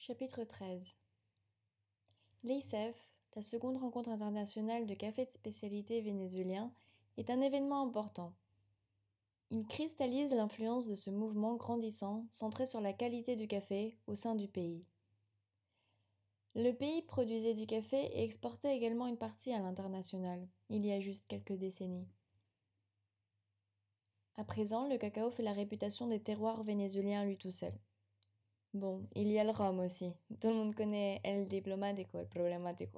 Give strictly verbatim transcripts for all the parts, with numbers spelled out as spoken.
Chapitre treize. L'I C F, la seconde rencontre internationale de café de spécialité vénézuélien, est un événement important. Il cristallise l'influence de ce mouvement grandissant centré sur la qualité du café au sein du pays. Le pays produisait du café et exportait également une partie à l'international, il y a juste quelques décennies. À présent, le cacao fait la réputation des terroirs vénézuéliens lui tout seul. Bon, il y a le rhum aussi. Tout le monde connaît el diplomático, el problemático.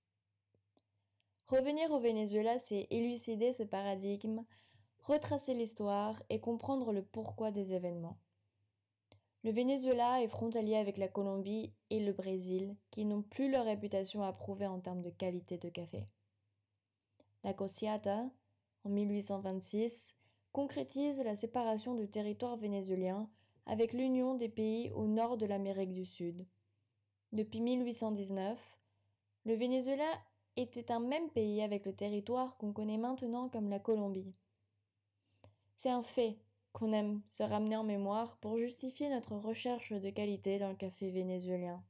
Revenir au Venezuela, c'est élucider ce paradigme, retracer l'histoire et comprendre le pourquoi des événements. Le Venezuela est frontalier avec la Colombie et le Brésil, qui n'ont plus leur réputation à prouver en termes de qualité de café. La Cociata, en mille huit cent vingt-six, concrétise la séparation du territoire vénézuélien avec l'union des pays au nord de l'Amérique du Sud. Depuis mille huit cent dix-neuf, le Venezuela était un même pays avec le territoire qu'on connaît maintenant comme la Colombie. C'est un fait qu'on aime se ramener en mémoire pour justifier notre recherche de qualité dans le café vénézuélien.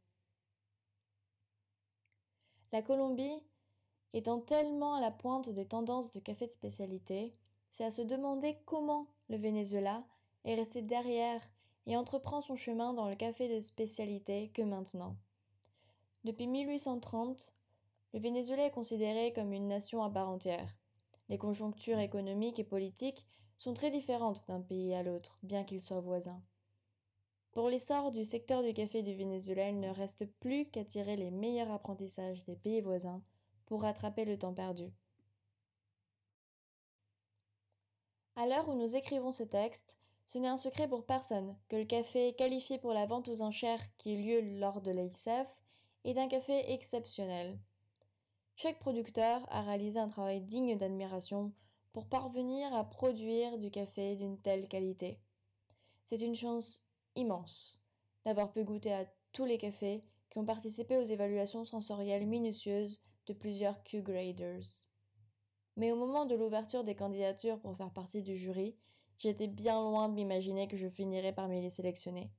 La Colombie étant tellement à la pointe des tendances de café de spécialité, c'est à se demander comment le Venezuela est resté derrière et entreprend son chemin dans le café de spécialité que maintenant. Depuis mille huit cent trente, le Venezuela est considéré comme une nation à part entière. Les conjonctures économiques et politiques sont très différentes d'un pays à l'autre, bien qu'ils soient voisins. Pour l'essor du secteur du café du Venezuela, il ne reste plus qu'à tirer les meilleurs apprentissages des pays voisins pour rattraper le temps perdu. À l'heure où nous écrivons ce texte, ce n'est un secret pour personne que le café qualifié pour la vente aux enchères qui eut lieu lors de l'I C F est un café exceptionnel. Chaque producteur a réalisé un travail digne d'admiration pour parvenir à produire du café d'une telle qualité. C'est une chance immense d'avoir pu goûter à tous les cafés qui ont participé aux évaluations sensorielles minutieuses de plusieurs Q-graders. Mais au moment de l'ouverture des candidatures pour faire partie du jury, j'étais bien loin de m'imaginer que je finirais parmi les sélectionnés.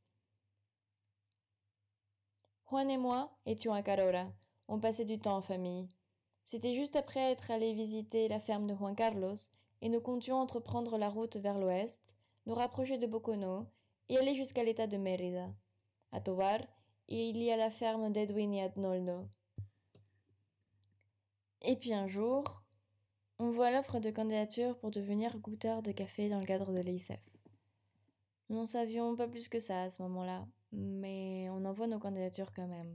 Juan et moi étions à Carora, on passait du temps en famille. C'était juste après être allés visiter la ferme de Juan Carlos et nous comptions entreprendre la route vers l'ouest, nous rapprocher de Bocono et aller jusqu'à l'état de Mérida. À Tobar, il y a la ferme d'Edwin et Adnoldo. Et puis un jour, on voit l'offre de candidature pour devenir goûteur de café dans le cadre de l'I C F. Nous n'en savions pas plus que ça à ce moment-là, mais on envoie nos candidatures quand même.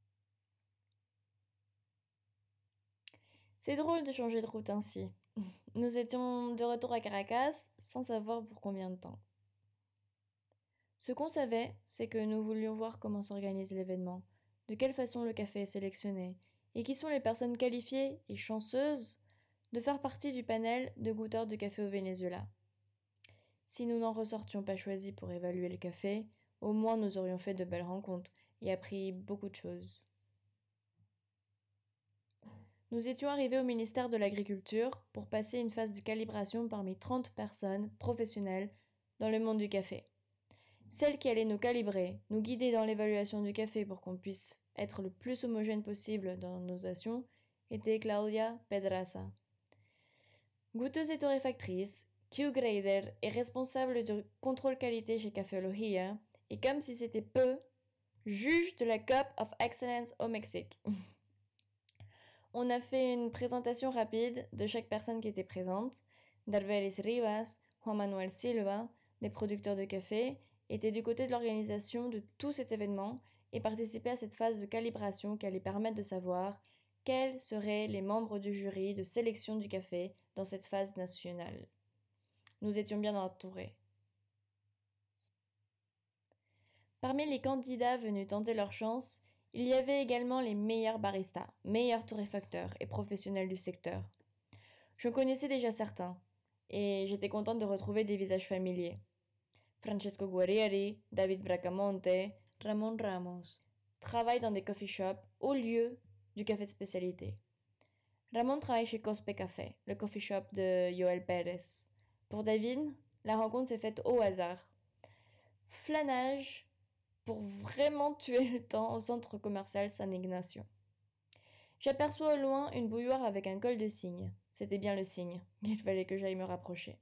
C'est drôle de changer de route ainsi. Nous étions de retour à Caracas sans savoir pour combien de temps. Ce qu'on savait, c'est que nous voulions voir comment s'organise l'événement, de quelle façon le café est sélectionné, et qui sont les personnes qualifiées et chanceuses de faire partie du panel de goûteurs de café au Venezuela. Si nous n'en ressortions pas choisis pour évaluer le café, au moins nous aurions fait de belles rencontres et appris beaucoup de choses. Nous étions arrivés au ministère de l'Agriculture pour passer une phase de calibration parmi trente personnes professionnelles dans le monde du café. Celle qui allait nous calibrer, nous guider dans l'évaluation du café pour qu'on puisse être le plus homogène possible dans nos notations, était Claudia Pedraza. Goûteuse et torréfactrice, Q-grader et responsable du contrôle qualité chez Caféologia, et comme si c'était peu, juge de la Cup of Excellence au Mexique. On a fait une présentation rapide de chaque personne qui était présente. Darberis Rivas, Juan Manuel Silva, des producteurs de café, étaient du côté de l'organisation de tout cet événement et participaient à cette phase de calibration qui allait permettre de savoir quels seraient les membres du jury de sélection du café dans cette phase nationale. Nous étions bien entourés. Parmi les candidats venus tenter leur chance, il y avait également les meilleurs baristas, meilleurs torréfacteurs et professionnels du secteur. Je connaissais déjà certains, et j'étais contente de retrouver des visages familiers. Francesco Guerrieri, David Bracamonte, Ramon Ramos travaillent dans des coffee shops au lieu du café de spécialité. Ramon travaille chez Cospe Café, le coffee shop de Joël Pérez. Pour David, la rencontre s'est faite au hasard. Flanage pour vraiment tuer le temps au centre commercial San Ignacio. J'aperçois au loin une bouilloire avec un col de cygne. C'était bien le cygne, il fallait que j'aille me rapprocher.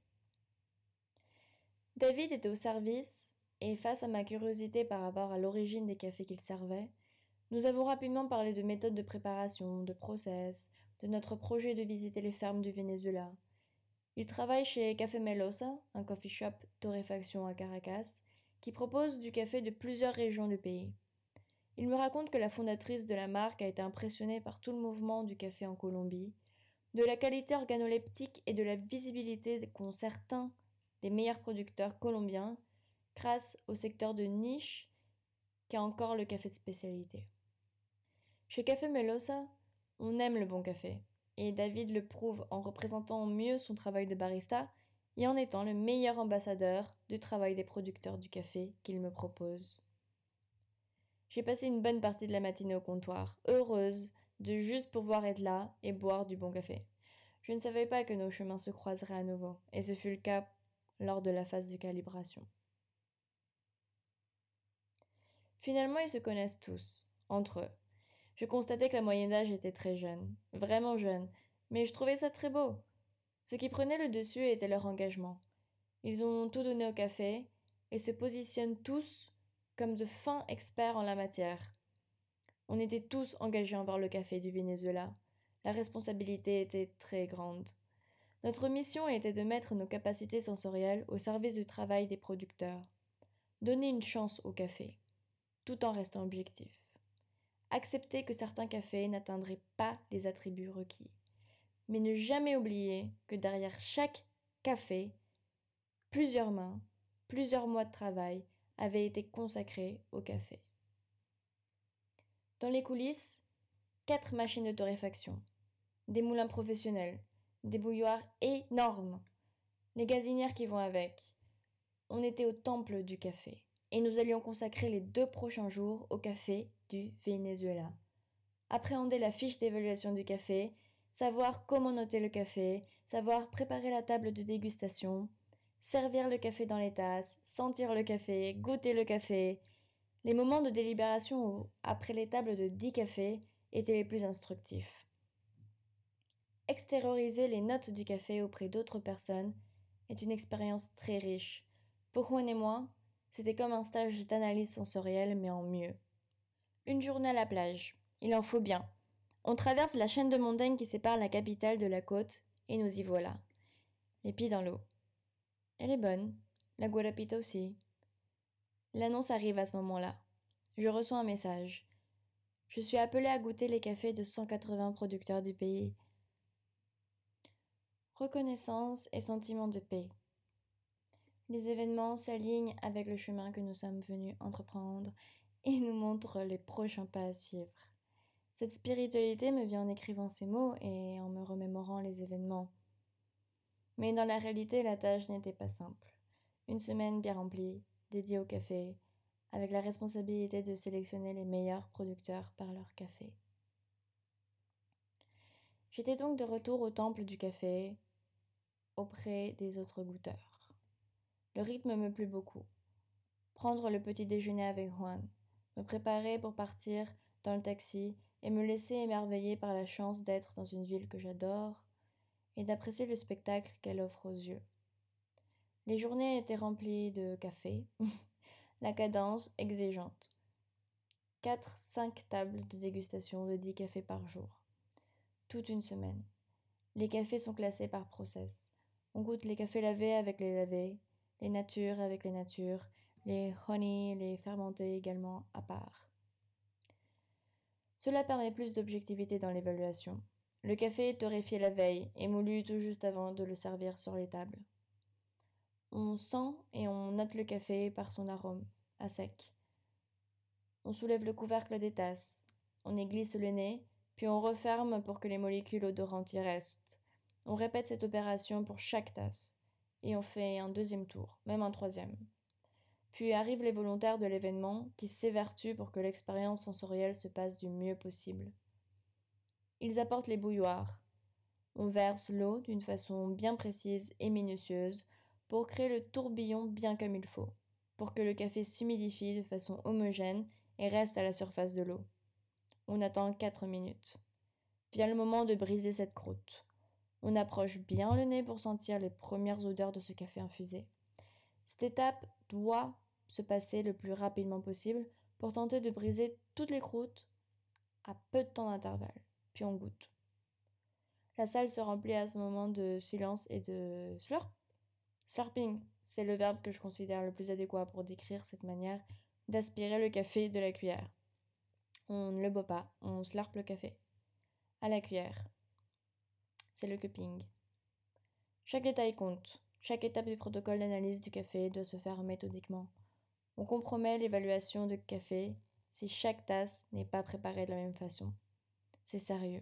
David était au service, et face à ma curiosité par rapport à l'origine des cafés qu'il servait, nous avons rapidement parlé de méthodes de préparation, de process, de notre projet de visiter les fermes du Venezuela. Il travaille chez Café Melosa, un coffee shop torréfaction à Caracas, qui propose du café de plusieurs régions du pays. Il me raconte que la fondatrice de la marque a été impressionnée par tout le mouvement du café en Colombie, de la qualité organoleptique et de la visibilité qu'ont certains des meilleurs producteurs colombiens grâce au secteur de niche qu'est encore le café de spécialité. Chez Café Melosa, on aime le bon café, et David le prouve en représentant mieux son travail de barista et en étant le meilleur ambassadeur du travail des producteurs du café qu'il me propose. J'ai passé une bonne partie de la matinée au comptoir, heureuse de juste pouvoir être là et boire du bon café. Je ne savais pas que nos chemins se croiseraient à nouveau, et ce fut le cas lors de la phase de calibration. Finalement, ils se connaissent tous, entre eux. Je constatais que la moyenne d'âge était très jeune, vraiment jeune, mais je trouvais ça très beau. Ce qui prenait le dessus était leur engagement. Ils ont tout donné au café et se positionnent tous comme de fins experts en la matière. On était tous engagés envers le café du Venezuela. La responsabilité était très grande. Notre mission était de mettre nos capacités sensorielles au service du travail des producteurs. Donner une chance au café, tout en restant objectif. Accepter que certains cafés n'atteindraient pas les attributs requis. Mais ne jamais oublier que derrière chaque café, plusieurs mains, plusieurs mois de travail avaient été consacrés au café. Dans les coulisses, quatre machines de torréfaction, des moulins professionnels, des bouilloires énormes, les gazinières qui vont avec. On était au temple du café et nous allions consacrer les deux prochains jours au café du Venezuela. Appréhender la fiche d'évaluation du café, savoir comment noter le café, savoir préparer la table de dégustation, servir le café dans les tasses, sentir le café, goûter le café. Les moments de délibération après les tables de dix cafés étaient les plus instructifs. Extérioriser les notes du café auprès d'autres personnes est une expérience très riche. Pour Juan et moi, c'était comme un stage d'analyse sensorielle mais en mieux. Une journée à la plage, il en faut bien. On traverse la chaîne de montagnes qui sépare la capitale de la côte et nous y voilà. Les pieds dans l'eau. Elle est bonne, la Guarapita aussi. L'annonce arrive à ce moment-là. Je reçois un message. Je suis appelée à goûter les cafés de cent quatre-vingts producteurs du pays. Reconnaissance et sentiment de paix. Les événements s'alignent avec le chemin que nous sommes venus entreprendre et nous montrent les prochains pas à suivre. Cette spiritualité me vient en écrivant ces mots et en me remémorant les événements. Mais dans la réalité, la tâche n'était pas simple. Une semaine bien remplie, dédiée au café, avec la responsabilité de sélectionner les meilleurs producteurs par leur café. J'étais donc de retour au temple du café, auprès des autres goûteurs. Le rythme me plut beaucoup. Prendre le petit déjeuner avec Juan, me préparer pour partir dans le taxi et me laisser émerveiller par la chance d'être dans une ville que j'adore et d'apprécier le spectacle qu'elle offre aux yeux. Les journées étaient remplies de café, la cadence exigeante. Quatre, cinq tables de dégustation de dix cafés par jour. Toute une semaine. Les cafés sont classés par process. On goûte les cafés lavés avec les lavés, les natures avec les natures, les honey, les fermentés également à part. Cela permet plus d'objectivité dans l'évaluation. Le café est torréfié la veille et moulu tout juste avant de le servir sur les tables. On sent et on note le café par son arôme, à sec. On soulève le couvercle des tasses, on y glisse le nez, puis on referme pour que les molécules odorantes y restent. On répète cette opération pour chaque tasse, et on fait un deuxième tour, même un troisième. Puis arrivent les volontaires de l'événement qui s'évertuent pour que l'expérience sensorielle se passe du mieux possible. Ils apportent les bouilloires. On verse l'eau d'une façon bien précise et minutieuse pour créer le tourbillon bien comme il faut. pour que le café s'humidifie de façon homogène et reste à la surface de l'eau. On attend quatre minutes. Vient le moment de briser cette croûte. On approche bien le nez pour sentir les premières odeurs de ce café infusé. Cette étape doit se passer le plus rapidement possible pour tenter de briser toutes les croûtes à peu de temps d'intervalle. Puis on goûte. La salle se remplit à ce moment de silence et de slurp. Slurping, c'est le verbe que je considère le plus adéquat pour décrire cette manière d'aspirer le café de la cuillère. On ne le boit pas, on slurpe le café. À la cuillère. C'est le cupping. Chaque détail compte. Chaque étape du protocole d'analyse du café doit se faire méthodiquement. On compromet l'évaluation de café si chaque tasse n'est pas préparée de la même façon. C'est sérieux.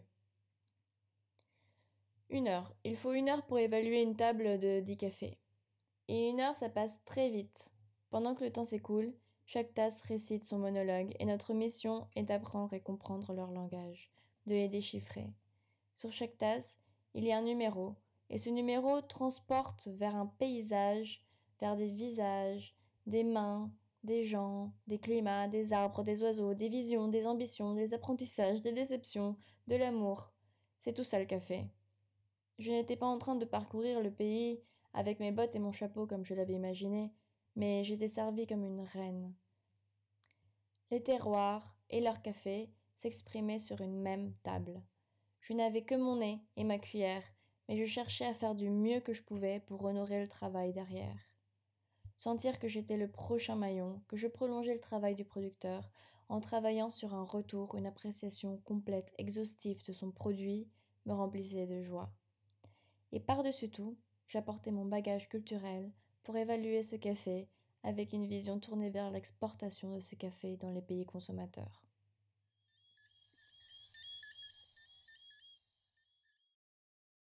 Une heure. Il faut une heure pour évaluer une table de dix cafés. Et une heure, ça passe très vite. Pendant que le temps s'écoule, chaque tasse récite son monologue et notre mission est d'apprendre et comprendre leur langage, de les déchiffrer. Sur chaque tasse, il y a un numéro, et ce numéro transporte vers un paysage, vers des visages, des mains, des gens, des climats, des arbres, des oiseaux, des visions, des ambitions, des apprentissages, des déceptions, de l'amour. C'est tout ça le café. Je n'étais pas en train de parcourir le pays avec mes bottes et mon chapeau comme je l'avais imaginé, mais j'étais servie comme une reine. Les terroirs et leur café s'exprimaient sur une même table. Je n'avais que mon nez et ma cuillère, mais je cherchais à faire du mieux que je pouvais pour honorer le travail derrière. Sentir que j'étais le prochain maillon, que je prolongeais le travail du producteur, en travaillant sur un retour, une appréciation complète, exhaustive de son produit, me remplissait de joie. Et par-dessus tout, j'apportais mon bagage culturel pour évaluer ce café avec une vision tournée vers l'exportation de ce café dans les pays consommateurs.